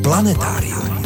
Planetárium.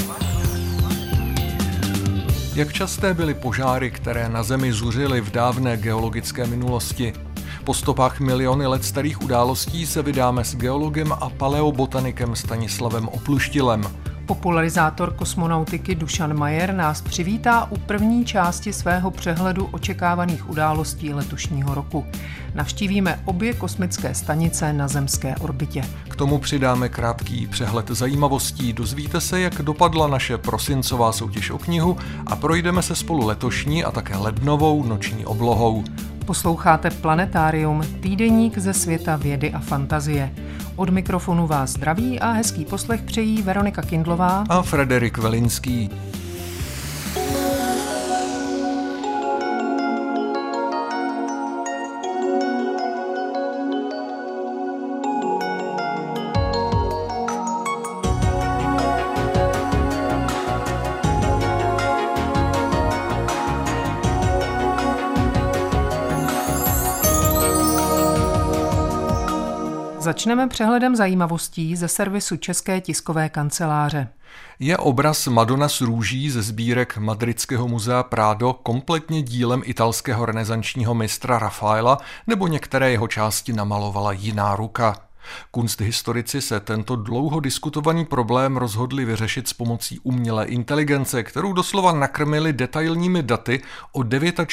Jak časté byly požáry, které na Zemi zuřily v dávné geologické minulosti? Po stopách miliony let starých událostí se vydáme s geologem a paleobotanikem Stanislavem Opluštilem. Popularizátor kosmonautiky Dušan Majer nás přivítá u první části svého přehledu očekávaných událostí letošního roku. Navštívíme obě kosmické stanice na zemské orbitě. K tomu přidáme krátký přehled zajímavostí, dozvíte se, jak dopadla naše prosincová soutěž o knihu a projdeme se spolu letošní a také lednovou noční oblohou. Posloucháte Planetárium, týdeník ze světa vědy a fantazie. Od mikrofonu vás zdraví a hezký poslech přejí Veronika Kindlová a Frederik Velinský. Začneme přehledem zajímavostí ze servisu České tiskové kanceláře. Je obraz Madonna s růží ze sbírek Madridského muzea Prado kompletně dílem italského renesančního mistra Rafaela, nebo některé jeho části namalovala jiná ruka? Kunsthistorici se tento dlouho diskutovaný problém rozhodli vyřešit s pomocí umělé inteligence, kterou doslova nakrmili detailními daty o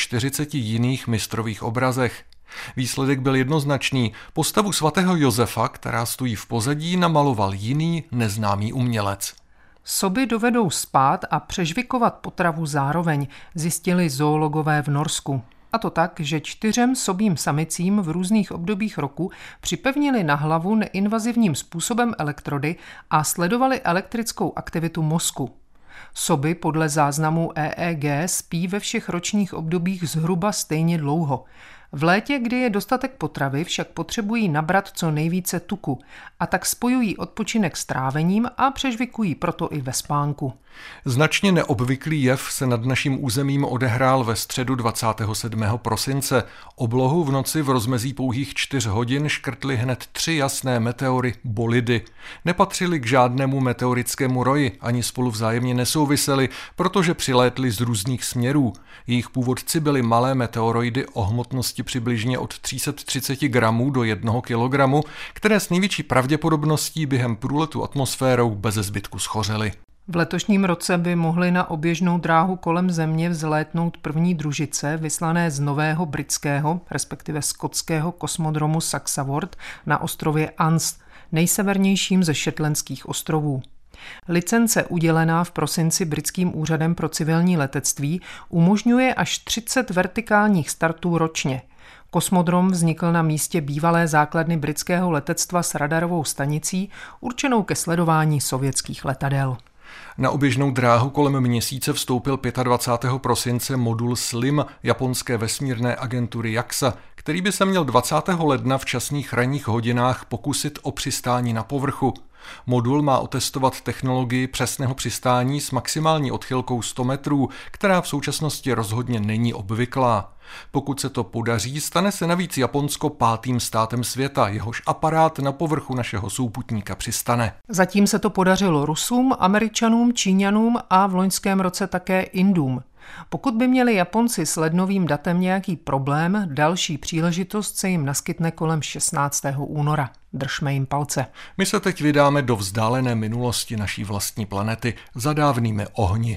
49 jiných mistrových obrazech. Výsledek byl jednoznačný. Postavu svatého Josefa, která stojí v pozadí, namaloval jiný neznámý umělec. Soby dovedou spát a přežvikovat potravu zároveň, zjistili zoologové v Norsku. A to tak, že 4 sobím samicím v různých obdobích roku připevnili na hlavu neinvazivním způsobem elektrody a sledovali elektrickou aktivitu mozku. Soby podle záznamů EEG spí ve všech ročních obdobích zhruba stejně dlouho. V létě, kdy je dostatek potravy, však potřebují nabrat co nejvíce tuku a tak spojují odpočinek s trávením a přežvikují proto i ve spánku. Značně neobvyklý jev se nad naším územím odehrál ve středu 27. prosince. Oblohu v noci v rozmezí pouhých 4 hodin škrtly hned 3 jasné meteory bolidy. Nepatřily k žádnému meteorickému roji, ani spolu vzájemně nesouvisely, protože přilétly z různých směrů. Jejich původci byly malé meteoroidy o hmotnosti přibližně od 330 gramů do 1 kilogramu, které s největší pravděpodobností během průletu atmosférou beze zbytku schořely. V letošním roce by mohly na oběžnou dráhu kolem Země vzlétnout první družice vyslané z nového britského, respektive skotského kosmodromu Saxaword na ostrově Anse, nejsevernějším ze Shetlandských ostrovů. Licence udělená v prosinci britským úřadem pro civilní letectví umožňuje až 30 vertikálních startů ročně. Kosmodrom vznikl na místě bývalé základny britského letectva s radarovou stanicí určenou ke sledování sovětských letadel. Na oběžnou dráhu kolem Měsíce vstoupil 25. prosince modul SLIM japonské vesmírné agentury JAXA, který by se měl 20. ledna v časných ranních hodinách pokusit o přistání na povrchu. Modul má otestovat technologii přesného přistání s maximální odchylkou 100 metrů, která v současnosti rozhodně není obvyklá. Pokud se to podaří, stane se navíc Japonsko 5. státem světa, jehož aparát na povrchu našeho souputníka přistane. Zatím se to podařilo Rusům, Američanům, Číňanům a v loňském roce také Indům. Pokud by měli Japonci s lednovým datem nějaký problém, další příležitost se jim naskytne kolem 16. února. Držme jim palce. My se teď vydáme do vzdálené minulosti naší vlastní planety za dávnými ohni.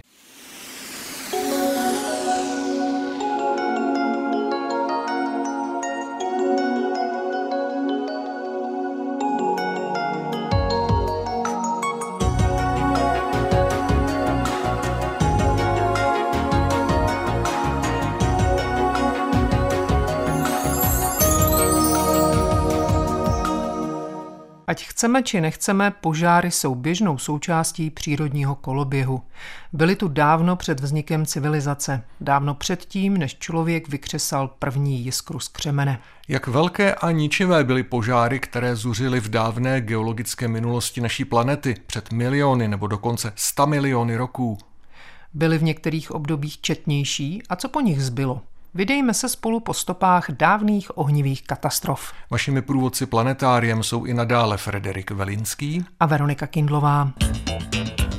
Ať chceme či nechceme, požáry jsou běžnou součástí přírodního koloběhu. Byly tu dávno před vznikem civilizace, dávno předtím, než člověk vykřesal první jiskru z křemene. Jak velké a ničivé byly požáry, které zuřily v dávné geologické minulosti naší planety před miliony nebo dokonce 100 miliony roků? Byly v některých obdobích četnější a co po nich zbylo? Vydejme se spolu po stopách dávných ohnivých katastrof. Vašimi průvodci planetáriem jsou i nadále Frederik Velinský a Veronika Kindlová.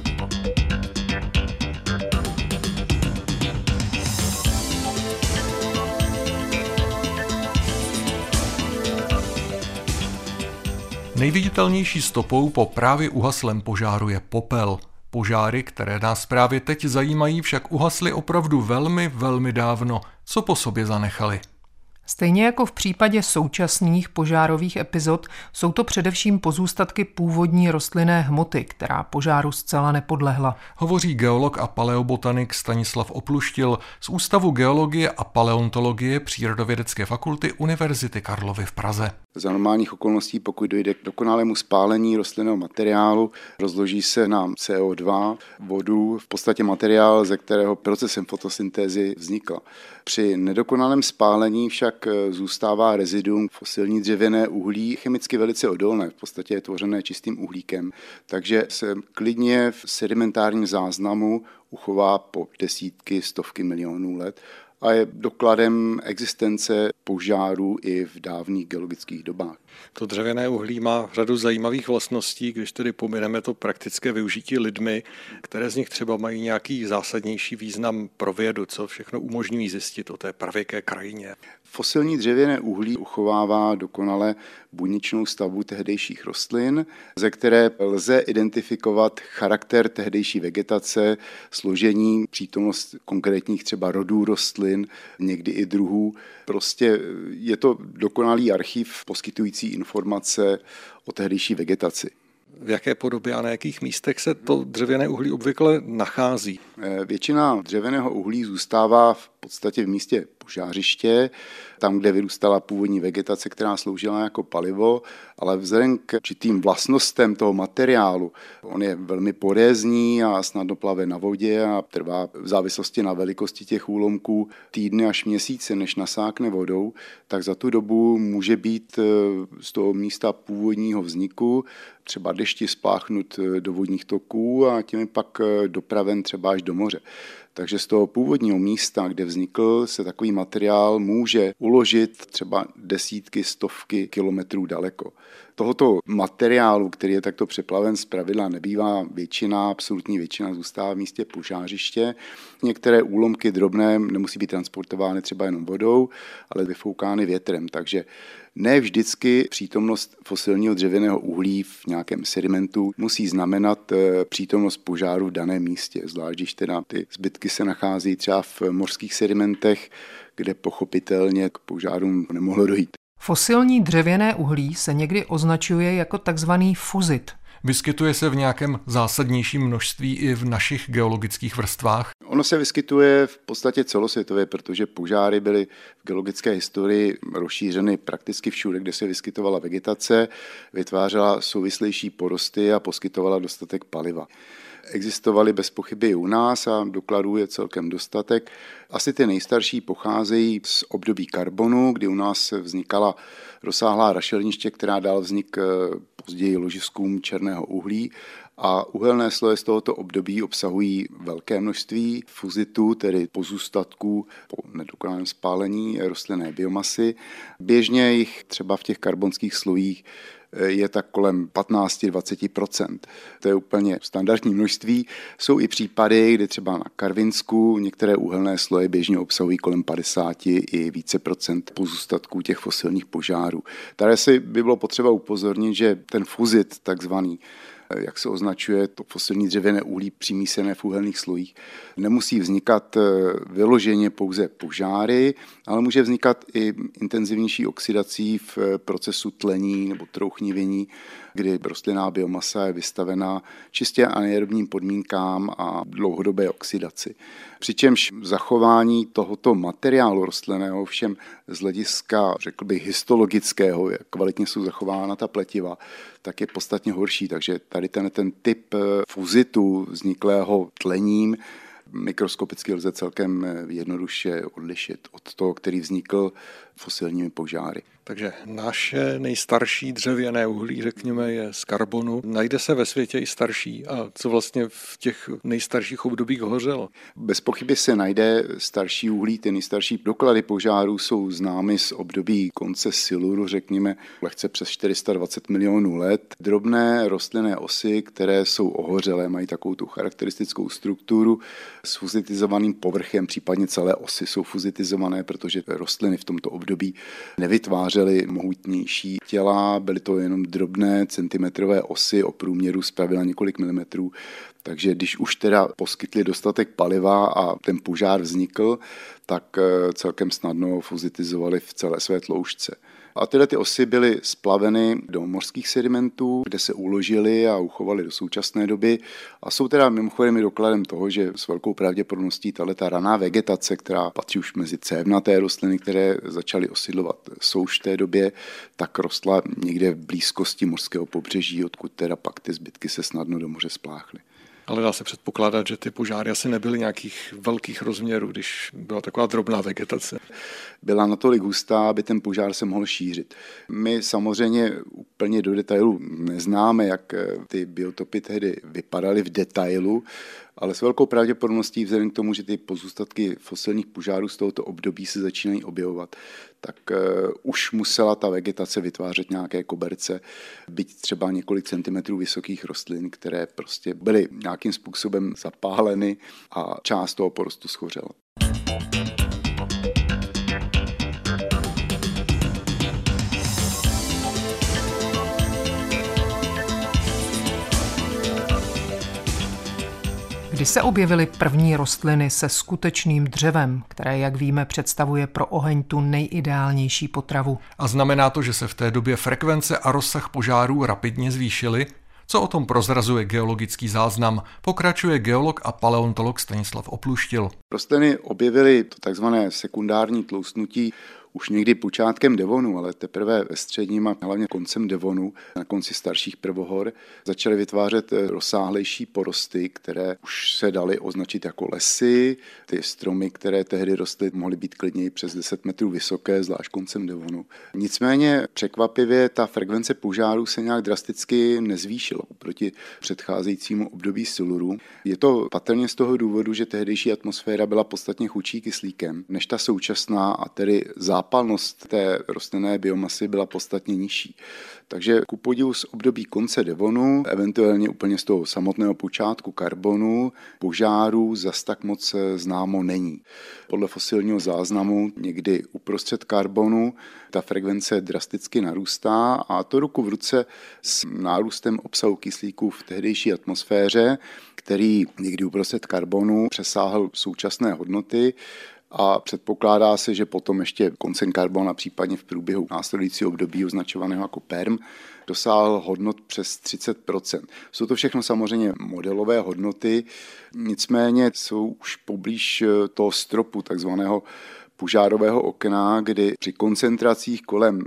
Nejviditelnější stopou po právě uhaslém požáru je popel. Požáry, které nás právě teď zajímají, však uhasly opravdu velmi, velmi dávno. Co po sobě zanechali? Stejně jako v případě současných požárových epizod, jsou to především pozůstatky původní rostlinné hmoty, která požáru zcela nepodlehla. Hovoří geolog a paleobotanik Stanislav Opluštil z Ústavu geologie a paleontologie Přírodovědecké fakulty Univerzity Karlovy v Praze. Za normálních okolností, pokud dojde k dokonalému spálení rostlinného materiálu, rozloží se nám CO2, vodu, v podstatě materiál, ze kterého procesem fotosyntézy vznikla. Při nedokonalém spálení však zůstává reziduum fosilní dřevěné uhlí, chemicky velice odolné, v podstatě je tvořené čistým uhlíkem, takže se klidně v sedimentárním záznamu uchová po desítky, stovky milionů let a je dokladem existence požáru i v dávných geologických dobách. To dřevěné uhlí má řadu zajímavých vlastností, když tedy pomineme to praktické využití lidmi, které z nich třeba mají nějaký zásadnější význam pro vědu, co všechno umožňují zjistit o té pravěké krajině. Fosilní dřevěné uhlí uchovává dokonale buněčnou stavbu tehdejších rostlin, ze které lze identifikovat charakter tehdejší vegetace, složení, přítomnost konkrétních třeba rodů rostlin, někdy i druhů. Prostě je to dokonalý archiv poskytující informace o tehdejší vegetaci. V jaké podobě a na jakých místech se to dřevěné uhlí obvykle nachází? Většina dřevěného uhlí zůstává v podstatě v místě požářiště, tam, kde vyrůstala původní vegetace, která sloužila jako palivo, ale vzhledem k určitým vlastnostem toho materiálu, on je velmi porézní a snadno plave na vodě a trvá v závislosti na velikosti těch úlomků týdny až měsíce, než nasákne vodou, tak za tu dobu může být z toho místa původního vzniku třeba dešti spláchnut do vodních toků a tím je pak dopraven třeba až do moře. Takže z toho původního místa, kde vznikl, se takový materiál může uložit třeba desítky, stovky kilometrů daleko. Tohoto materiálu, který je takto přeplaven, zpravidla nebývá většina, absolutní většina zůstává v místě požářiště. Některé úlomky drobné nemusí být transportovány třeba jenom vodou, ale vyfoukány větrem, takže ne vždycky přítomnost fosilního dřevěného uhlí v nějakém sedimentu musí znamenat přítomnost požáru v daném místě, zvlášť když teda ty zbytky se nachází třeba v mořských sedimentech, kde pochopitelně k požárům nemohlo dojít. Fosilní dřevěné uhlí se někdy označuje jako takzvaný fuzit. Vyskytuje se v nějakém zásadnějším množství i v našich geologických vrstvách? Ono se vyskytuje v podstatě celosvětově, protože požáry byly v geologické historii rozšířeny prakticky všude, kde se vyskytovala vegetace, vytvářela souvislejší porosty a poskytovala dostatek paliva. Existovaly bez pochyby i u nás a dokladů je celkem dostatek. Asi ty nejstarší pocházejí z období karbonu, kdy u nás vznikala rozsáhlá rašeliniště, která dal vznik později ložiskům černého uhlí. A uhelné sloje z tohoto období obsahují velké množství fuzitů, tedy pozůstatků po nedokonalém spálení rostlinné biomasy. Běžně jich třeba v těch karbonských slojích je tak kolem 15-20%. To je úplně standardní množství. Jsou i případy, kdy třeba na Karvinsku některé uhelné sloje běžně obsahují kolem 50 i více procent pozůstatků těch fosilních požárů. Tady si by bylo potřeba upozornit, že ten fuzit takzvaný, jak se označuje to fosilní dřevěné uhlí přimísené v uhelných slojích, nemusí vznikat vyloženě pouze požáry, ale může vznikat i intenzivnější oxidací v procesu tlení nebo trouchnivění, kdy rostlinná biomasa je vystavená čistě anaerobním podmínkám a dlouhodobé oxidaci. Přičemž zachování tohoto materiálu rostlinného všem z hlediska, řekl bych, histologického, jak kvalitně jsou zachována ta pletiva, tak je podstatně horší. Takže tady ten typ fuzitu vzniklého tlením mikroskopicky lze celkem jednoduše odlišit od toho, který vznikl fosilními požáry. Takže naše nejstarší dřevěné uhlí, řekněme, je z karbonu. Najde se ve světě i starší. A co vlastně v těch nejstarších obdobích hořelo? Bez pochyby se najde starší uhlí. Ty nejstarší doklady požárů jsou známy z období konce siluru, řekněme, lehce přes 420 milionů let. Drobné rostlinné osy, které jsou ohořelé, mají takovou tu charakteristickou strukturu s fuzitizovaným povrchem, případně celé osy jsou fuzitizované, protože rostliny v tomto období období nevytvářely mohutnější těla, byly to jenom drobné centimetrové osy o průměru zpravidla několik milimetrů. Takže když už teda poskytli dostatek paliva a ten požár vznikl, tak celkem snadno fuzitizovali v celé své tloušťce. A tyhle ty osy byly splaveny do mořských sedimentů, kde se uložily a uchovaly do současné doby a jsou teda mimochodem i dokladem toho, že s velkou pravděpodobností tato raná vegetace, která patří už mezi cévnaté rostliny, které začaly osidlovat souš v té době, tak rostla někde v blízkosti mořského pobřeží, odkud teda pak ty zbytky se snadno do moře spláchly. Ale dá se předpokládat, že ty požáry asi nebyly nějakých velkých rozměrů, když byla taková drobná vegetace. Byla natolik hustá, aby ten požár se mohl šířit. My samozřejmě úplně do detailu neznáme, jak ty biotopy tehdy vypadaly v detailu, ale s velkou pravděpodobností vzhledem k tomu, že ty pozůstatky fosilních požárů z tohoto období se začínají objevovat, tak už musela ta vegetace vytvářet nějaké koberce, byť třeba několik centimetrů vysokých rostlin, které prostě byly nějakým způsobem zapáleny a část toho porostu schořela. Kdy se objevily první rostliny se skutečným dřevem, které, jak víme, představuje pro oheň tu nejideálnější potravu? A znamená to, že se v té době frekvence a rozsah požárů rapidně zvýšily? Co o tom prozrazuje geologický záznam? Pokračuje geolog a paleontolog Stanislav Opluštil. Rostliny objevily to takzvané sekundární tloustnutí už někdy počátkem devonu, ale teprve ve středním a hlavně koncem devonu, na konci starších prvohor, začaly vytvářet rozsáhlejší porosty, které už se daly označit jako lesy. Ty stromy, které tehdy rostly, mohly být klidněji přes 10 metrů vysoké, zvlášť koncem devonu. Nicméně překvapivě ta frekvence požárů se nějak drasticky nezvýšila oproti předcházejícímu období siluru. Je to patrně z toho důvodu, že tehdejší atmosféra byla podstatně chudší kyslíkem než ta současná a tedy zápalnost té rostlinné biomasy byla podstatně nižší. Takže ku podivu z období konce devonu, eventuálně úplně z toho samotného počátku karbonu, požárů zas tak moc známo není. Podle fosilního záznamu někdy uprostřed karbonu ta frekvence drasticky narůstá a to ruku v ruce s nárůstem obsahu kyslíku v tehdejší atmosféře, který někdy uprostřed karbonu přesáhl současné hodnoty. A předpokládá se, že potom ještě koncem karbonu a případně v průběhu následujícího období označovaného jako perm dosáhl hodnot přes 30%. Jsou to všechno samozřejmě modelové hodnoty, nicméně jsou už poblíž toho stropu takzvaného požárového okna, kdy při koncentracích kolem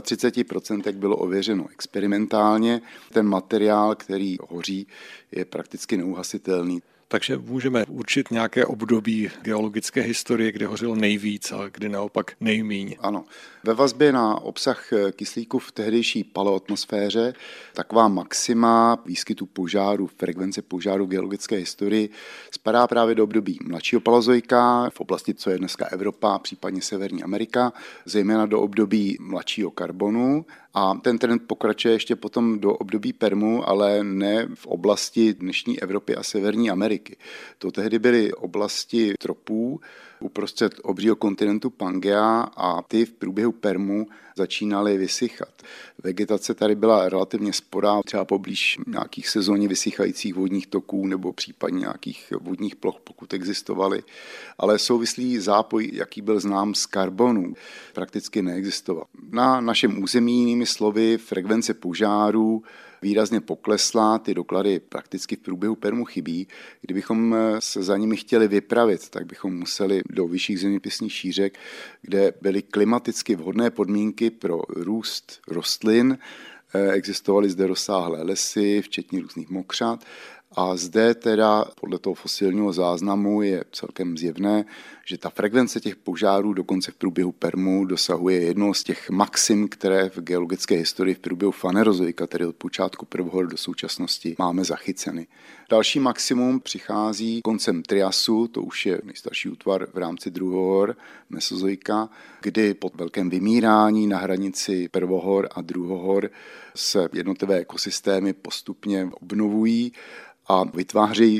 35% bylo ověřeno experimentálně. Ten materiál, který hoří, je prakticky neuhasitelný. Takže můžeme určit nějaké období geologické historie, kde hořelo nejvíc a kdy naopak nejmíň. Ano. Ve vazbě na obsah kyslíku v tehdejší paleoatmosféře taková maxima výskytu požáru, frekvence požáru v geologické historii spadá právě do období mladšího paleozoika v oblasti, co je dneska Evropa, případně Severní Amerika, zejména do období mladšího karbonu. A ten trend pokračuje ještě potom do období permu, ale ne v oblasti dnešní Evropy a Severní Ameriky. To tehdy byly oblasti tropů uprostřed obřího kontinentu Pangea a ty v průběhu permu začínaly vysychat. Vegetace tady byla relativně sporá, třeba poblíž nějakých sezónně vysychajících vodních toků nebo případně nějakých vodních ploch, pokud existovaly. Ale souvislý zápoj, jaký byl znám z karbonu, prakticky neexistoval. Na našem území, jinými slovy, frekvence požárů výrazně poklesla, ty doklady prakticky v průběhu permu chybí. Kdybychom se za nimi chtěli vypravit, tak bychom museli do vyšších zeměpisných šířek, kde byly klimaticky vhodné podmínky pro růst rostlin. Existovaly zde rozsáhlé lesy, včetně různých mokřat. A zde teda podle toho fosilního záznamu je celkem zjevné, že ta frekvence těch požárů dokonce v průběhu permu dosahuje jednoho z těch maxim, které v geologické historii v průběhu fanerozoika, tedy od počátku prvohor do současnosti, máme zachyceny. Další maximum přichází koncem triasu, to už je nejstarší útvar v rámci druhohor, mesozoika, kdy po velkém vymírání na hranici prvohor a druhohor se jednotlivé ekosystémy postupně obnovují a vytvářejí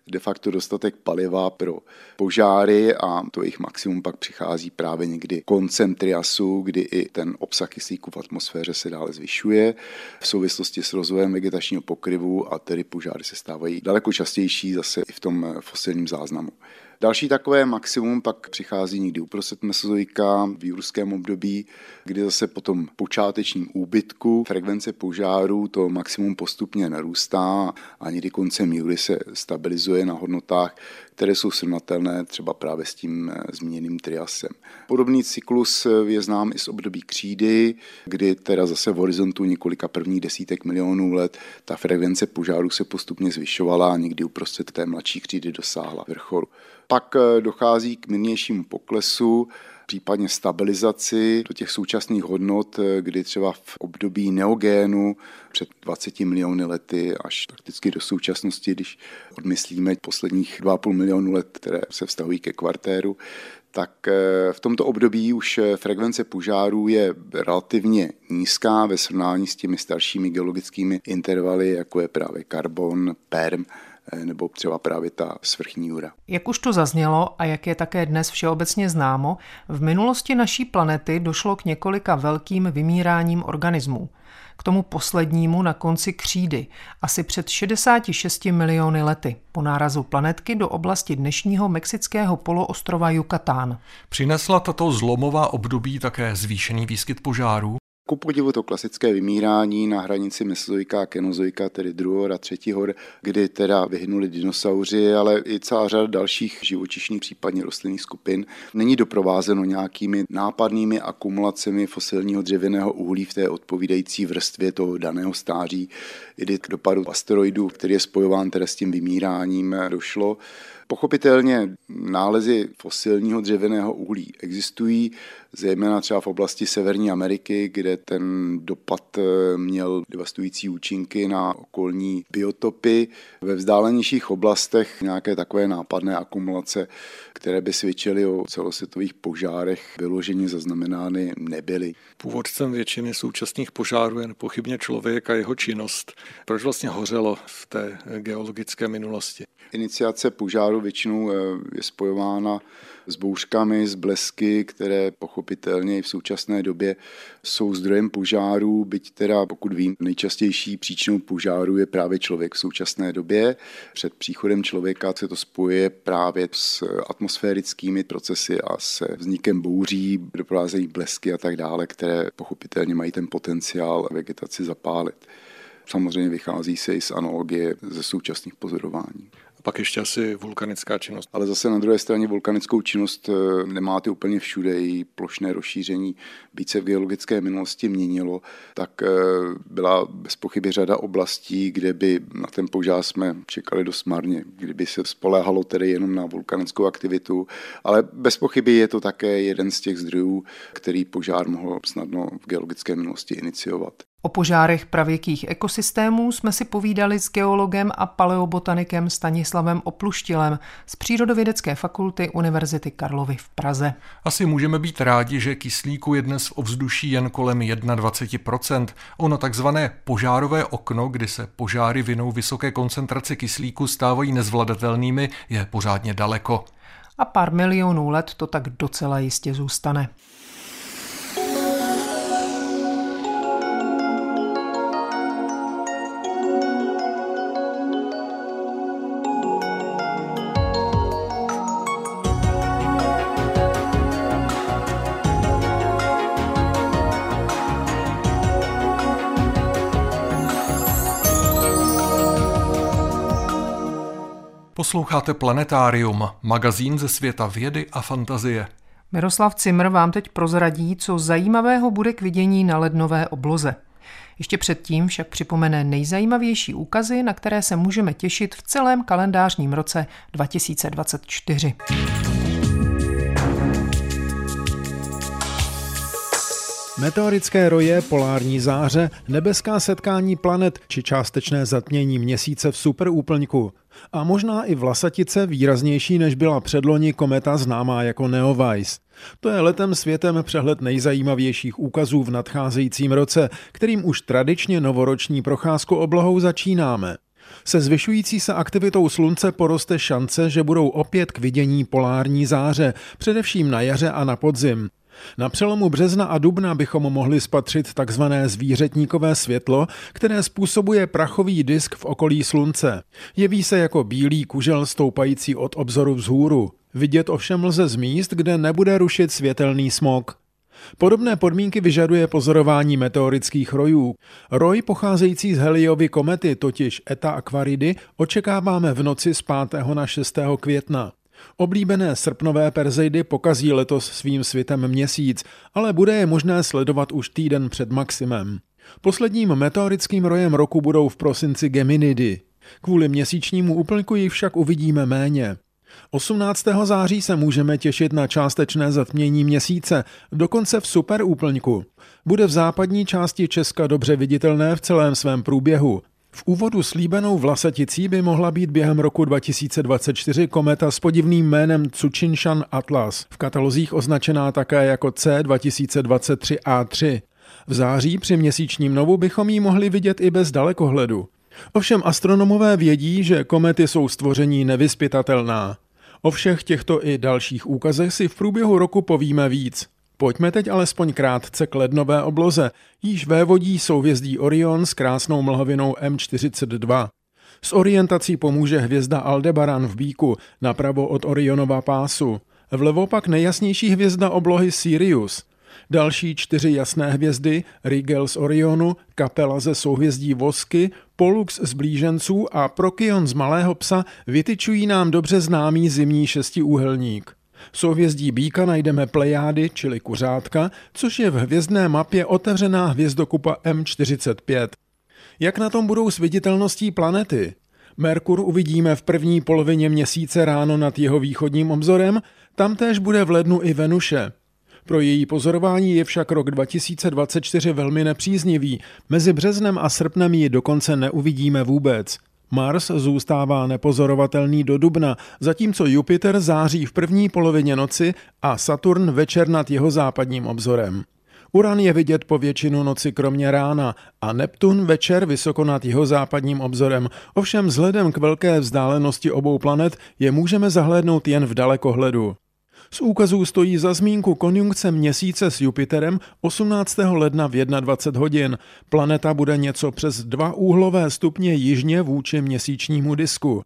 de facto dostatek paliva pro požáry a to jejich maximum pak přichází právě někdy koncem triasu, kdy i ten obsah kyslíku v atmosféře se dále zvyšuje v souvislosti s rozvojem vegetačního pokryvu a tedy požáry se stávají daleko častější zase i v tom fosilním záznamu. Další takové maximum pak přichází někdy uprostřed mesozoika v jurském období, kdy zase po tom počátečním úbytku frekvence požárů to maximum postupně narůstá a někdy koncem jury se stabilizuje na hodnotách, které jsou srovnatelné třeba právě s tím zmíněným triasem. Podobný cyklus je znám i z období křídy, kdy teda zase v horizontu několika prvních desítek milionů let ta frekvence požárů se postupně zvyšovala a někdy uprostřed té mladší křídy dosáhla vrcholu. Pak dochází k mírnějšímu poklesu, případně stabilizaci do těch současných hodnot, kdy třeba v období neogénu před 20 miliony lety až prakticky do současnosti, když odmyslíme posledních 2,5 milionu let, které se vztahují ke kvartéru, tak v tomto období už frekvence požárů je relativně nízká ve srovnání s těmi staršími geologickými intervaly, jako je právě karbon, perm, nebo třeba právě ta svrchní jura. Jak už to zaznělo a jak je také dnes všeobecně známo, v minulosti naší planety došlo k několika velkým vymíráním organismů. K tomu poslednímu na konci křídy, asi před 66 miliony lety, po nárazu planetky do oblasti dnešního mexického poloostrova Yucatán. Přinesla tato zlomová období také zvýšený výskyt požárů? Ku podivu to klasické vymírání na hranici mesozoika a kenozoika, tedy druhor a třetihor, kdy teda vyhynuli dinosauři, ale i celá řada dalších živočišných, případně rostlinných skupin, není doprovázeno nějakými nápadnými akumulacemi fosilního dřevěného uhlí v té odpovídající vrstvě toho daného stáří, kdy k dopadu asteroidu, který je spojován teda s tím vymíráním, došlo. Pochopitelně nálezy fosilního dřevěného uhlí existují, zejména třeba v oblasti Severní Ameriky, kde ten dopad měl devastující účinky na okolní biotopy. Ve vzdálenějších oblastech nějaké takové nápadné akumulace, které by svědčily o celosvětových požárech, vyloženě zaznamenány nebyly. Původcem většiny současných požárů je nepochybně člověk a jeho činnost. Proč vlastně hořelo v té geologické minulosti? Iniciace požáru většinou je spojována s bouřkami, s blesky, které pochopitelně i v současné době jsou zdrojem požárů, byť teda, pokud vím, nejčastější příčinou požáru je právě člověk v současné době. Před příchodem člověka se to spojuje právě s atmosférickými procesy a se vznikem bouří, doprovázejí blesky a tak dále, které pochopitelně mají ten potenciál vegetaci zapálit. Samozřejmě vychází se i z analogie ze současných pozorování. A pak ještě asi vulkanická činnost. Ale zase na druhé straně vulkanickou činnost nemáte úplně všude, její plošné rozšíření, byť se v geologické minulosti měnilo, tak byla bez pochyby řada oblastí, kde by na ten požár jsme čekali dost marně, kdyby se spoléhalo tedy jenom na vulkanickou aktivitu, ale bez pochyby je to také jeden z těch zdrojů, který požár mohl snadno v geologické minulosti iniciovat. O požárech pravěkých ekosystémů jsme si povídali s geologem a paleobotanikem Stanislavem Opluštilem z Přírodovědecké fakulty Univerzity Karlovy v Praze. Asi můžeme být rádi, že kyslíku je dnes v ovzduší jen kolem 21%. Ono takzvané požárové okno, kdy se požáry vinou vysoké koncentrace kyslíku stávají nezvladatelnými, je pořádně daleko. A pár milionů let to tak docela jistě zůstane. Posloucháte Planetárium, magazín ze světa vědy a fantazie. Miroslav Cimr vám teď prozradí, co zajímavého bude k vidění na lednové obloze. Ještě předtím však připomene nejzajímavější úkazy, na které se můžeme těšit v celém kalendářním roce 2024. Meteorické roje, polární záře, nebeská setkání planet či částečné zatmění měsíce v superúplňku. A možná i vlasatice výraznější, než byla předloni kometa známá jako Neowise. To je letem světem přehled nejzajímavějších úkazů v nadcházejícím roce, kterým už tradičně novoroční procházku oblohou začínáme. Se zvyšující se aktivitou slunce poroste šance, že budou opět k vidění polární záře, především na jaře a na podzim. Na přelomu března a dubna bychom mohli spatřit takzvané zvířetníkové světlo, které způsobuje prachový disk v okolí slunce. Jeví se jako bílý kužel stoupající od obzoru vzhůru. Vidět ovšem lze z míst, kde nebude rušit světelný smog. Podobné podmínky vyžaduje pozorování meteorických rojů. Roj pocházející z Halleyovy komety, totiž Eta Aquaridy, očekáváme v noci z 5. na 6. května. Oblíbené srpnové Perseidy pokazí letos svým svitem měsíc, ale bude je možné sledovat už týden před maximem. Posledním meteorickým rojem roku budou v prosinci Geminidy. Kvůli měsíčnímu úplňku jich však uvidíme méně. 18. září se můžeme těšit na částečné zatmění měsíce, dokonce v superúplňku. Bude v západní části Česka dobře viditelné v celém svém průběhu. V úvodu slíbenou Vlasaticí by mohla být během roku 2024 kometa s podivným jménem Tsuchinshan Atlas, v katalozích označená také jako C2023A3. V září při měsíčním novu bychom ji mohli vidět i bez dalekohledu. Ovšem astronomové vědí, že komety jsou stvoření nevyzpytatelná. O všech těchto i dalších úkazech si v průběhu roku povíme víc. Pojďme teď alespoň krátce k lednové obloze, jíž vévodí souhvězdí Orion s krásnou mlhavinou M42. S orientací pomůže hvězda Aldebaran v Býku, napravo od Orionova pásu. Vlevo pak nejjasnější hvězda oblohy Sirius. Další 4 jasné hvězdy, Rigel z Orionu, Capella ze souhvězdí Vosky, Pollux z Blíženců a Procyon z Malého psa vytyčují nám dobře známý zimní šestiúhelník. V souhvězdí Býka najdeme Plejády, čili kuřátka, což je v hvězdné mapě otevřená hvězdokupa M45. Jak na tom budou s viditelností planety? Merkur uvidíme v první polovině měsíce ráno nad jeho východním obzorem, tamtéž bude v lednu i Venuše. Pro její pozorování je však rok 2024 velmi nepříznivý, mezi březnem a srpnem ji dokonce neuvidíme vůbec. Mars zůstává nepozorovatelný do dubna, zatímco Jupiter září v první polovině noci a Saturn večer nad jeho západním obzorem. Uran je vidět po většinu noci kromě rána a Neptun večer vysoko nad jeho západním obzorem, ovšem vzhledem k velké vzdálenosti obou planet je můžeme zahlédnout jen v dalekohledu. Z úkazů stojí za zmínku konjunkce měsíce s Jupiterem 18. ledna v 21 hodin. Planeta bude něco přes 2 úhlové stupně jižně vůči měsíčnímu disku.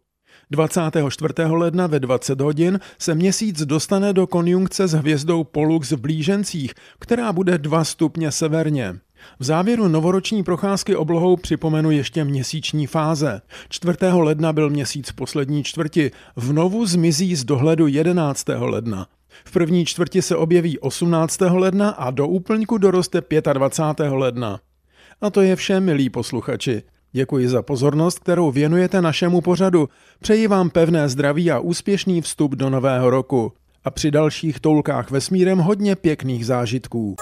24. ledna ve 20 hodin se měsíc dostane do konjunkce s hvězdou Pollux v Blížencích, která bude 2 stupně severně. V závěru novoroční procházky oblohou připomenu ještě měsíční fáze. 4. ledna byl měsíc v poslední čtvrti, v novu zmizí z dohledu 11. ledna. V první čtvrti se objeví 18. ledna a do úplňku doroste 25. ledna. A to je vše, milí posluchači. Děkuji za pozornost, kterou věnujete našemu pořadu. Přeji vám pevné zdraví a úspěšný vstup do nového roku. A při dalších toulkách vesmírem hodně pěkných zážitků.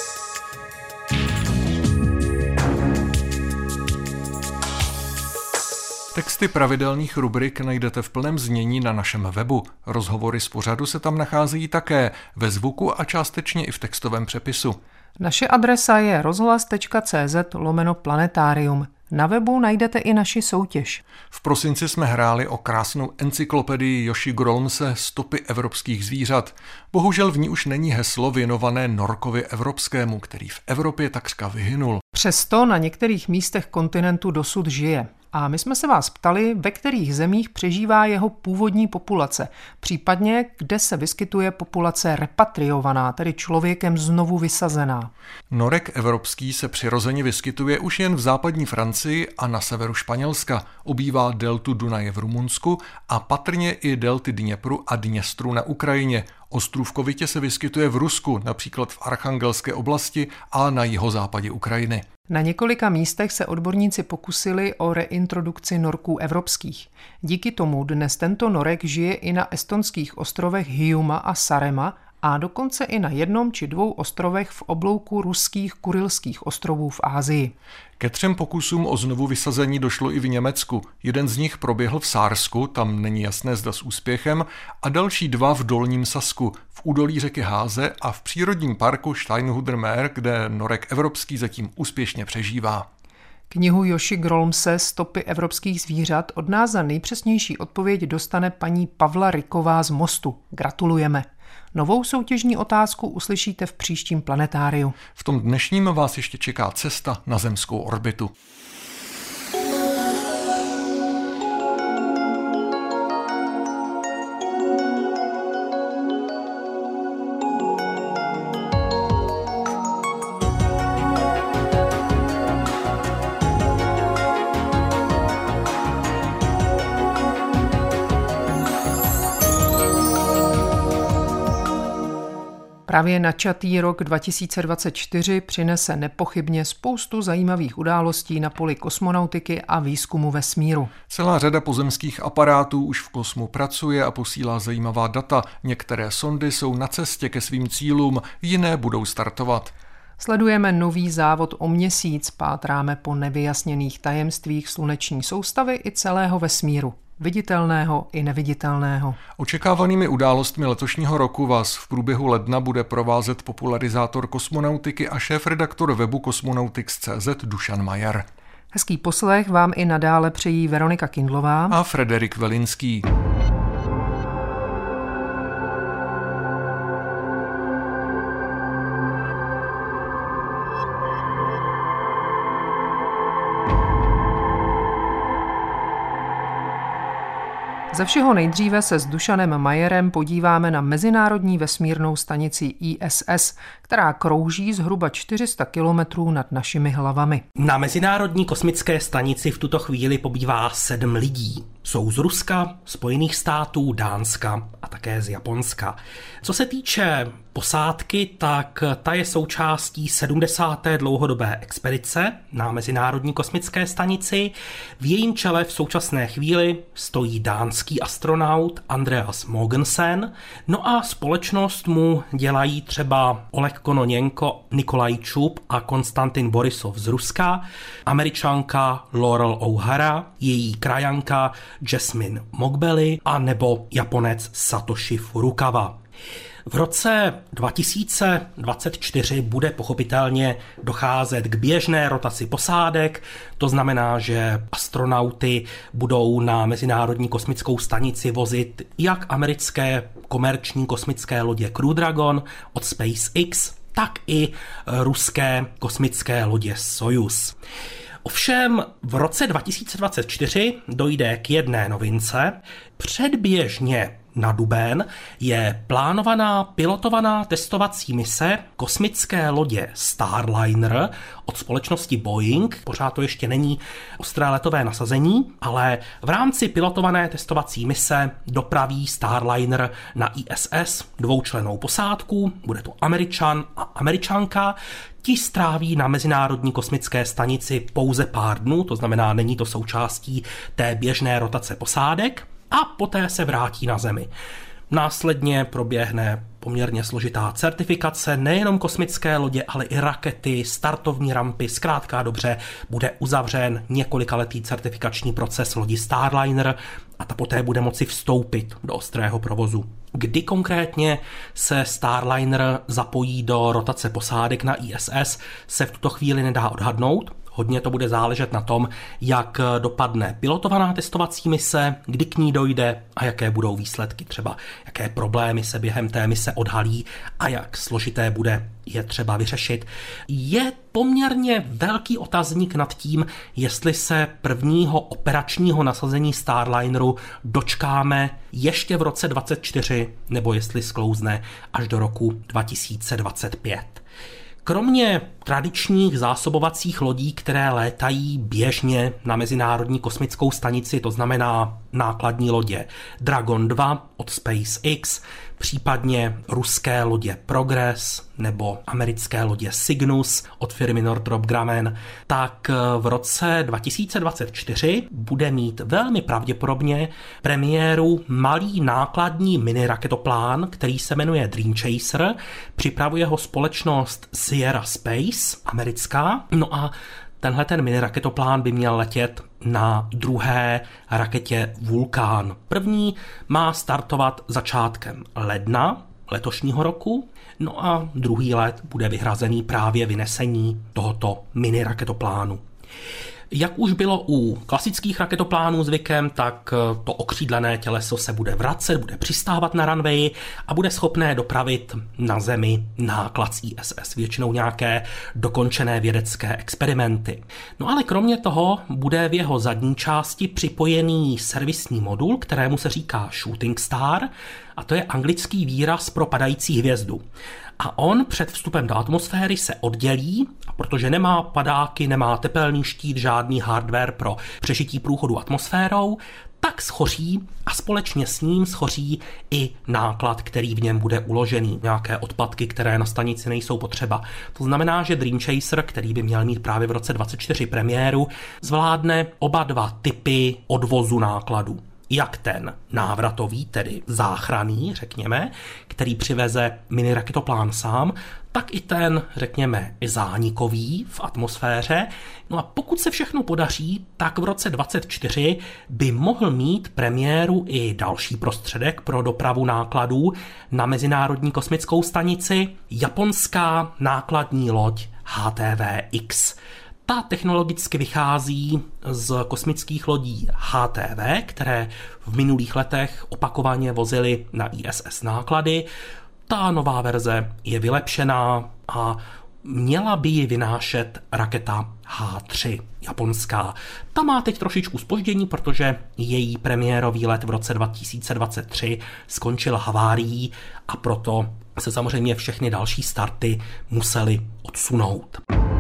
Texty pravidelných rubrik najdete v plném znění na našem webu. Rozhovory z pořadu se tam nacházejí také ve zvuku a částečně i v textovém přepisu. Naše adresa je rozhlas.cz/planetarium. Na webu najdete i naši soutěž. V prosinci jsme hráli o krásnou encyklopedii Joši Grolmse Stopy evropských zvířat. Bohužel v ní už není heslo věnované norkovi evropskému, který v Evropě takřka vyhynul. Přesto na některých místech kontinentu dosud žije. A my jsme se vás ptali, ve kterých zemích přežívá jeho původní populace, případně kde se vyskytuje populace repatriovaná, tedy člověkem znovu vysazená. Norek evropský se přirozeně vyskytuje už jen v západní Francii a na severu Španělska, obývá deltu Dunaje v Rumunsku a patrně i delty Dněpru a Dněstru na Ukrajině. Ostrůvkovitě se vyskytuje v Rusku, například v Archangelské oblasti a na jihozápadě Ukrajiny. Na několika místech se odborníci pokusili o reintrodukci norků evropských. Díky tomu dnes tento norek žije i na estonských ostrovech Hiiuma a Saaremaa a dokonce i na 1 či 2 ostrovech v oblouku ruských Kurilských ostrovů v Asii. Ke 3 pokusům o znovu vysazení došlo i v Německu. Jeden z nich proběhl v Sársku, tam není jasné zda s úspěchem, a další 2 v Dolním Sasku, v údolí řeky Háze a v přírodním parku Steinhuder Meer, kde norek evropský zatím úspěšně přežívá. Knihu Joši Grolmse Stopy evropských zvířat od nás za nejpřesnější odpověď dostane paní Pavla Ryková z Mostu. Gratulujeme. Novou soutěžní otázku uslyšíte v příštím planetáriu. V tom dnešním vás ještě čeká cesta na zemskou orbitu. Právě načatý rok 2024 přinese nepochybně spoustu zajímavých událostí na poli kosmonautiky a výzkumu vesmíru. Celá řada pozemských aparátů už v kosmu pracuje a posílá zajímavá data. Některé sondy jsou na cestě ke svým cílům, jiné budou startovat. Sledujeme nový závod o Měsíc, pátráme po nevyjasněných tajemstvích sluneční soustavy i celého vesmíru. Viditelného i neviditelného. Očekávanými událostmi letošního roku vás v průběhu ledna bude provázet popularizátor kosmonautiky a šéfredaktor webu Cosmonautics.cz Dušan Majer. Hezký poslech vám i nadále přejí Veronika Kindlová a Frederik Velinský. Ze všeho nejdříve se s Dušanem Majerem podíváme na mezinárodní vesmírnou stanici ISS, která krouží zhruba 400 kilometrů nad našimi hlavami. Na mezinárodní kosmické stanici v tuto chvíli pobývá 7 lidí. Jsou z Ruska, Spojených států, Dánska a také z Japonska. Co se týče posádky, tak ta je součástí 70. dlouhodobé expedice na mezinárodní kosmické stanici. V jejím čele v současné chvíli stojí dánský astronaut Andreas Mogensen, no a společnost mu dělají třeba Oleg Kononěnko, Nikolaj Čup a Konstantin Borisov z Ruska, Američanka Laurel O'Hara, její krajanka Jasmine Mogbelli a nebo Japonec Satoshi Furukawa. V roce 2024 bude pochopitelně docházet k běžné rotaci posádek, to znamená, že astronauty budou na mezinárodní kosmickou stanici vozit jak americké komerční kosmické lodě Crew Dragon od SpaceX, tak i ruské kosmické lodě Sojuz. Ovšem v roce 2024 dojde k jedné novince. Předběžně na duben je plánovaná pilotovaná testovací mise kosmické lodě Starliner od společnosti Boeing. Pořád to ještě není ostré letové nasazení, ale v rámci pilotované testovací mise dopraví Starliner na ISS dvoučlennou posádku, bude to Američan a Američanka. Ti stráví na mezinárodní kosmické stanici pouze pár dnů, to znamená, není to součástí té běžné rotace posádek, a poté se vrátí na Zemi. Následně proběhne poměrně složitá certifikace nejenom kosmické lodě, ale i rakety, startovní rampy, zkrátka dobře bude uzavřen několikaletý certifikační proces lodi Starliner a ta poté bude moci vstoupit do ostrého provozu. Kdy konkrétně se Starliner zapojí do rotace posádek na ISS, se v tuto chvíli nedá odhadnout. Hodně to bude záležet na tom, jak dopadne pilotovaná testovací mise, kdy k ní dojde a jaké budou výsledky, třeba jaké problémy se během té mise odhalí a jak složité bude je třeba vyřešit. Je poměrně velký otazník nad tím, jestli se prvního operačního nasazení Starlineru dočkáme ještě v roce 2024 nebo jestli sklouzne až do roku 2025. Kromě tradičních zásobovacích lodí, které létají běžně na mezinárodní kosmickou stanici, to znamená nákladní lodě Dragon 2 od SpaceX, případně ruské lodě Progress nebo americké lodě Cygnus od firmy Northrop Grumman, tak v roce 2024 bude mít velmi pravděpodobně premiéru malý nákladní miniraketoplán, který se jmenuje Dream Chaser. Připravuje ho společnost Sierra Space, americká. No a tenhle ten miniraketoplán by měl letět na druhé raketě Vulcan. První má startovat začátkem ledna letošního roku, no a druhý let bude vyhrazený právě vynesení tohoto miniraketoplánu. Jak už bylo u klasických raketoplánů zvykem, tak to okřídlené těleso se bude vracet, bude přistávat na runwayi a bude schopné dopravit na Zemi náklad z ISS, většinou nějaké dokončené vědecké experimenty. No ale kromě toho bude v jeho zadní části připojený servisní modul, kterému se říká Shooting Star, a to je anglický výraz pro padající hvězdu. A on před vstupem do atmosféry se oddělí, a protože nemá padáky, nemá tepelný štít, žádný hardware pro přežití průchodu atmosférou, tak schoří a společně s ním schoří i náklad, který v něm bude uložený, nějaké odpadky, které na stanici nejsou potřeba. To znamená, že Dream Chaser, který by měl mít právě v roce 2024 premiéru, zvládne oba dva typy odvozu nákladů. Jak ten návratový, tedy záchranný, řekněme, který přiveze miniraketoplán sám, tak i ten, řekněme, zánikový v atmosféře. No a pokud se všechno podaří, tak v roce 2024 by mohl mít premiéru i další prostředek pro dopravu nákladů na Mezinárodní kosmickou stanici, japonská nákladní loď HTV-X. Ta technologicky vychází z kosmických lodí HTV, které v minulých letech opakovaně vozily na ISS náklady. Ta nová verze je vylepšená a měla by ji vynášet raketa H3, japonská. Ta má teď trošičku zpoždění, protože její premiérový let v roce 2023 skončil havárií a proto se samozřejmě všechny další starty musely odsunout.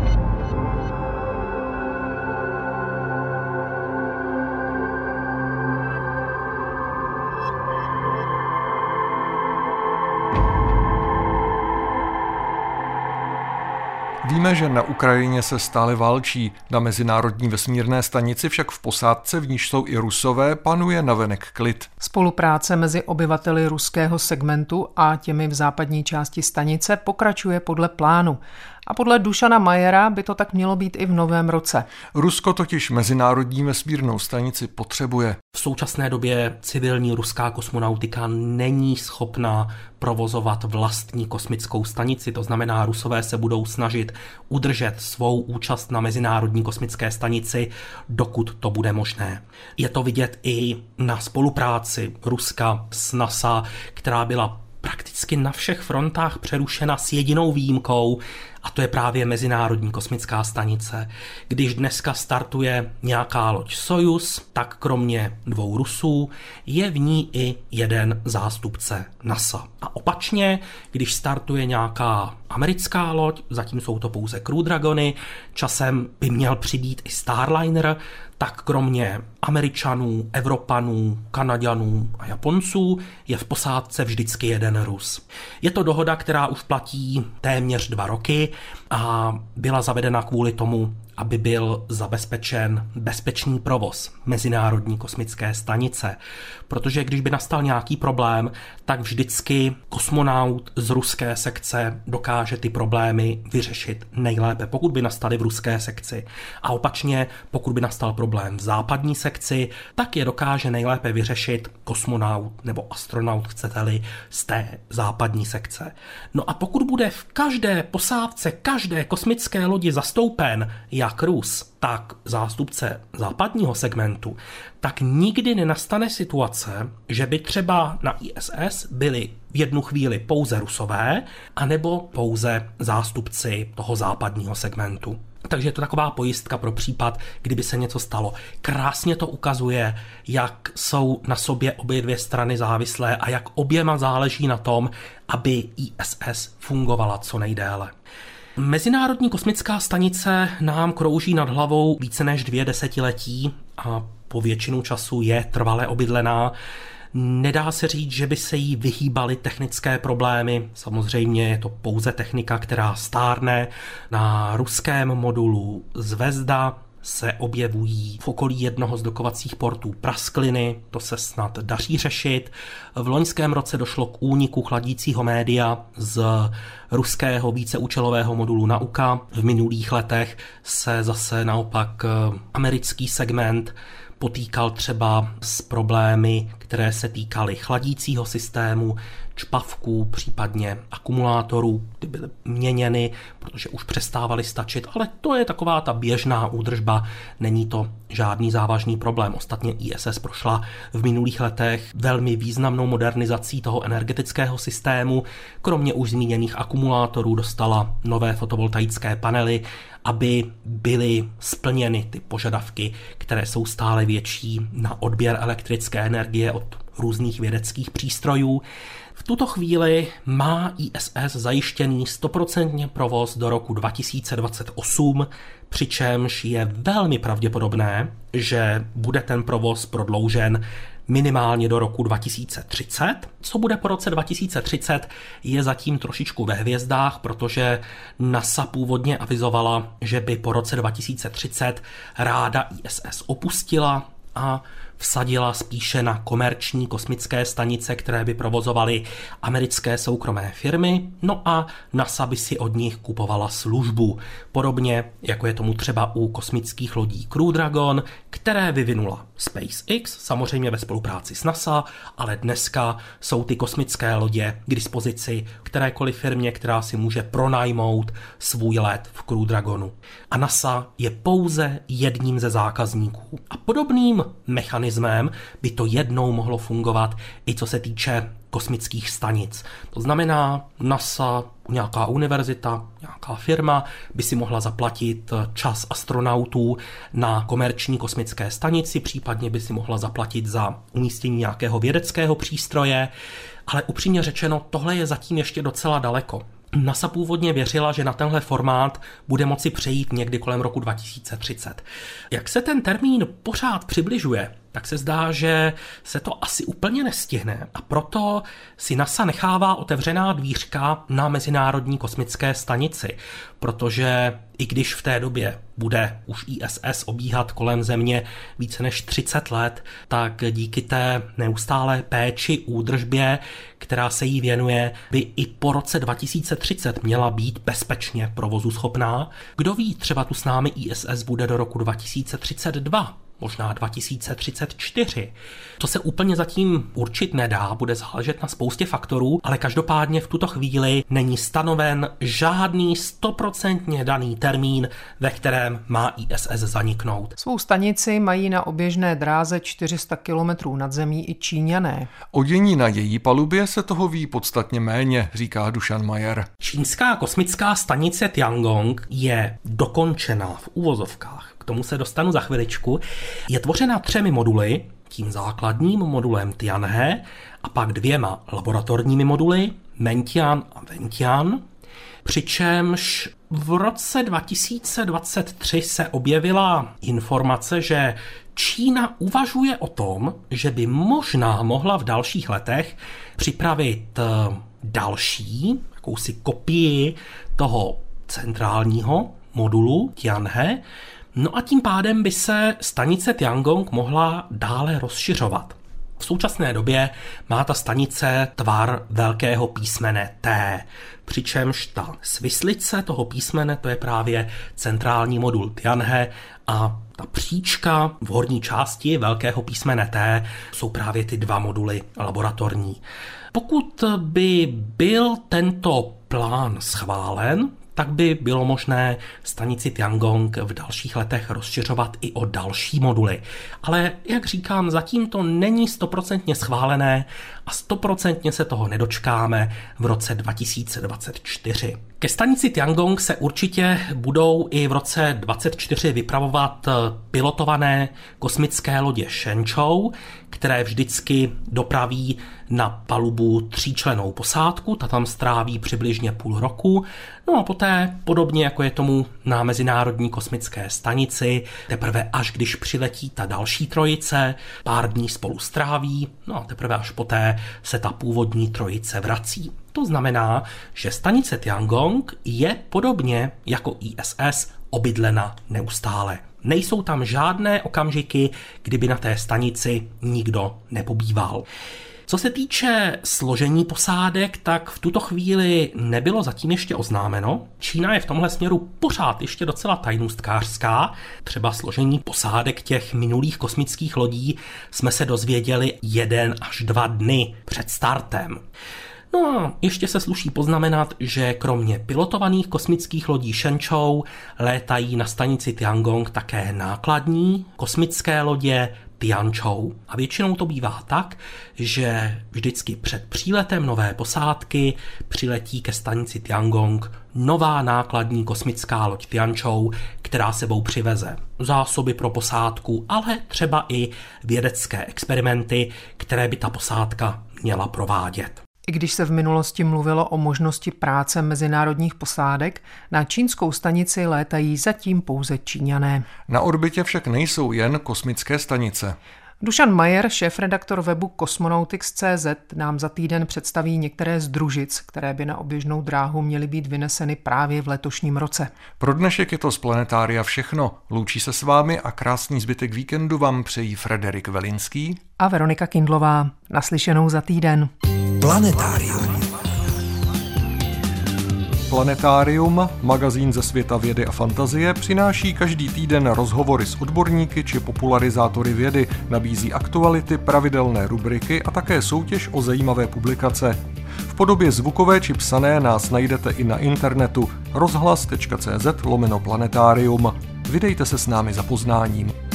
Víme, že na Ukrajině se stále válčí, na Mezinárodní vesmírné stanici však v posádce, v níž jsou i Rusové, panuje navenek klid. Spolupráce mezi obyvateli ruského segmentu a těmi v západní části stanice pokračuje podle plánu. A podle Dušana Majera by to tak mělo být i v novém roce. Rusko totiž Mezinárodní vesmírnou stanici potřebuje. V současné době civilní ruská kosmonautika není schopná provozovat vlastní kosmickou stanici, to znamená, Rusové se budou snažit udržet svou účast na Mezinárodní kosmické stanici, dokud to bude možné. Je to vidět i na spolupráci Ruska s NASA, která byla prakticky na všech frontách přerušena s jedinou výjimkou, a to je právě Mezinárodní kosmická stanice. Když dneska startuje nějaká loď Sojuz, tak kromě 2 Rusů je v ní i jeden zástupce NASA. A opačně, když startuje nějaká americká loď, zatím jsou to pouze Crew Dragony, časem by měl přibýt i Starliner, tak kromě Američanů, Evropanů, Kanaďanů a Japonců je v posádce vždycky jeden Rus. Je to dohoda, která už platí téměř 2 roky a byla zavedena kvůli tomu, aby byl zabezpečen bezpečný provoz Mezinárodní kosmické stanice. Protože když by nastal nějaký problém, tak vždycky kosmonaut z ruské sekce dokáže ty problémy vyřešit nejlépe, pokud by nastaly v ruské sekci. A opačně, pokud by nastal problém v západní sekci, tak je dokáže nejlépe vyřešit kosmonaut nebo astronaut, chcete-li, z té západní sekce. No a pokud bude v každé posádce každé kosmické lodi zastoupen jak Rus, tak zástupce západního segmentu, tak nikdy nenastane situace, že by třeba na ISS byli v jednu chvíli pouze Rusové, anebo pouze zástupci toho západního segmentu. Takže je to taková pojistka pro případ, kdyby se něco stalo. Krásně to ukazuje, jak jsou na sobě obě dvě strany závislé a jak oběma záleží na tom, aby ISS fungovala co nejdéle. Mezinárodní kosmická stanice nám krouží nad hlavou více než 2 desetiletí a po většinu času je trvale obydlená. Nedá se říct, že by se jí vyhýbaly technické problémy. Samozřejmě je to pouze technika, která stárne. Na ruském modulu Zvezda se objevují v okolí jednoho z dokovacích portů praskliny, to se snad daří řešit. V loňském roce došlo k úniku chladícího média z ruského víceúčelového modulu Nauka. V minulých letech se zase naopak americký segment potýkal třeba s problémy, které se týkaly chladícího systému čpavků, případně akumulátorů, ty byly měněny, protože už přestávaly stačit, ale to je taková ta běžná údržba, není to žádný závažný problém. Ostatně ISS prošla v minulých letech velmi významnou modernizací toho energetického systému, kromě už zmíněných akumulátorů dostala nové fotovoltaické panely, aby byly splněny ty požadavky, které jsou stále větší na odběr elektrické energie od různých vědeckých přístrojů. V tuto chvíli má ISS zajištěný 100% provoz do roku 2028, přičemž je velmi pravděpodobné, že bude ten provoz prodloužen minimálně do roku 2030. Co bude po roce 2030, je zatím trošičku ve hvězdách, protože NASA původně avizovala, že by po roce 2030 ráda ISS opustila a vsadila spíše na komerční kosmické stanice, které by provozovaly americké soukromé firmy, no a NASA by si od nich kupovala službu. Podobně, jako je tomu třeba u kosmických lodí Crew Dragon, které vyvinula SpaceX, samozřejmě ve spolupráci s NASA, ale dneska jsou ty kosmické lodě k dispozici kterékoliv firmě, která si může pronajmout svůj let v Crew Dragonu. A NASA je pouze jedním ze zákazníků. A podobným mechanismem by to jednou mohlo fungovat i co se týče kosmických stanic. To znamená, NASA, nějaká univerzita, nějaká firma by si mohla zaplatit čas astronautů na komerční kosmické stanici, případně by si mohla zaplatit za umístění nějakého vědeckého přístroje, ale upřímně řečeno, tohle je zatím ještě docela daleko. NASA původně věřila, že na tenhle formát bude moci přejít někdy kolem roku 2030. Jak se ten termín pořád přibližuje, tak se zdá, že se to asi úplně nestihne a proto si NASA nechává otevřená dvířka na Mezinárodní kosmické stanici, protože i když v té době bude už ISS obíhat kolem Země více než 30 let, tak díky té neustálé péči, údržbě, která se jí věnuje, by i po roce 2030 měla být bezpečně provozuschopná. Kdo ví, třeba tu s námi ISS bude do roku 2032. Možná 2034. To se úplně zatím určit nedá, bude záležet na spoustě faktorů, ale každopádně v tuto chvíli není stanoven žádný 100% daný termín, ve kterém má ISS zaniknout. Svou stanici mají na oběžné dráze 400 km nad zemí i Číňané. O dění na její palubě se toho ví podstatně méně, říká Dušan Majer. Čínská kosmická stanice Tiangong je dokončená v uvozovkách. K tomu se dostanu za chviličku. Je tvořena 3 moduly, tím základním modulem Tianhe a pak 2 laboratorními moduly, Mengtian a Wentian, přičemž v roce 2023 se objevila informace, že Čína uvažuje o tom, že by možná mohla v dalších letech připravit další, jakousi kopii toho centrálního modulu Tianhe, no a tím pádem by se stanice Tiangong mohla dále rozšiřovat. V současné době má ta stanice tvar velkého písmene T, přičemž ta svislice toho písmene, to je právě centrální modul Tianhe a ta příčka v horní části velkého písmene T jsou právě ty 2 moduly laboratorní. Pokud by byl tento plán schválen, tak by bylo možné stanici Tiangong v dalších letech rozšiřovat i o další moduly. Ale jak říkám, zatím to není 100% schválené a 100% se toho nedočkáme v roce 2024. Ke stanici Tiangong se určitě budou i v roce 2024 vypravovat pilotované kosmické lodě Shenzhou, které vždycky dopraví na palubu 3člennou posádku, ta tam stráví přibližně půl roku, no a poté, podobně jako je tomu na Mezinárodní kosmické stanici, teprve až když přiletí ta další trojice, pár dní spolu stráví, no a teprve až poté se ta původní trojice vrací. To znamená, že stanice Tiangong je podobně jako ISS obydlena neustále. Nejsou tam žádné okamžiky, kdyby na té stanici nikdo nepobýval. Co se týče složení posádek, tak v tuto chvíli nebylo zatím ještě oznámeno. Čína je v tomhle směru pořád ještě docela tajnůstkářská. Třeba složení posádek těch minulých kosmických lodí jsme se dozvěděli 1 až 2 dny před startem. No a ještě se sluší poznamenat, že kromě pilotovaných kosmických lodí Shenzhou létají na stanici Tiangong také nákladní kosmické lodě Tianzhou. A většinou to bývá tak, že vždycky před příletem nové posádky přiletí ke stanici Tiangong nová nákladní kosmická loď Tianzhou, která sebou přiveze zásoby pro posádku, ale třeba i vědecké experimenty, které by ta posádka měla provádět. I když se v minulosti mluvilo o možnosti práce mezinárodních posádek, na čínskou stanici létají zatím pouze Číňané. Na orbitě však nejsou jen kosmické stanice. Dušan Majer, šéfredaktor webu Cosmonautics.cz, nám za týden představí některé z družic, které by na oběžnou dráhu měly být vyneseny právě v letošním roce. Pro dnešek je to z Planetária všechno. Loučí se s vámi a krásný zbytek víkendu vám přejí Frederik Velinský a Veronika Kindlová. Naslyšenou za týden. Planetárium. Planetárium, magazín ze světa vědy a fantazie, přináší každý týden rozhovory s odborníky či popularizátory vědy, nabízí aktuality, pravidelné rubriky a také soutěž o zajímavé publikace. V podobě zvukové či psané nás najdete i na internetu rozhlas.cz/planetárium. Vydejte se s námi za poznáním.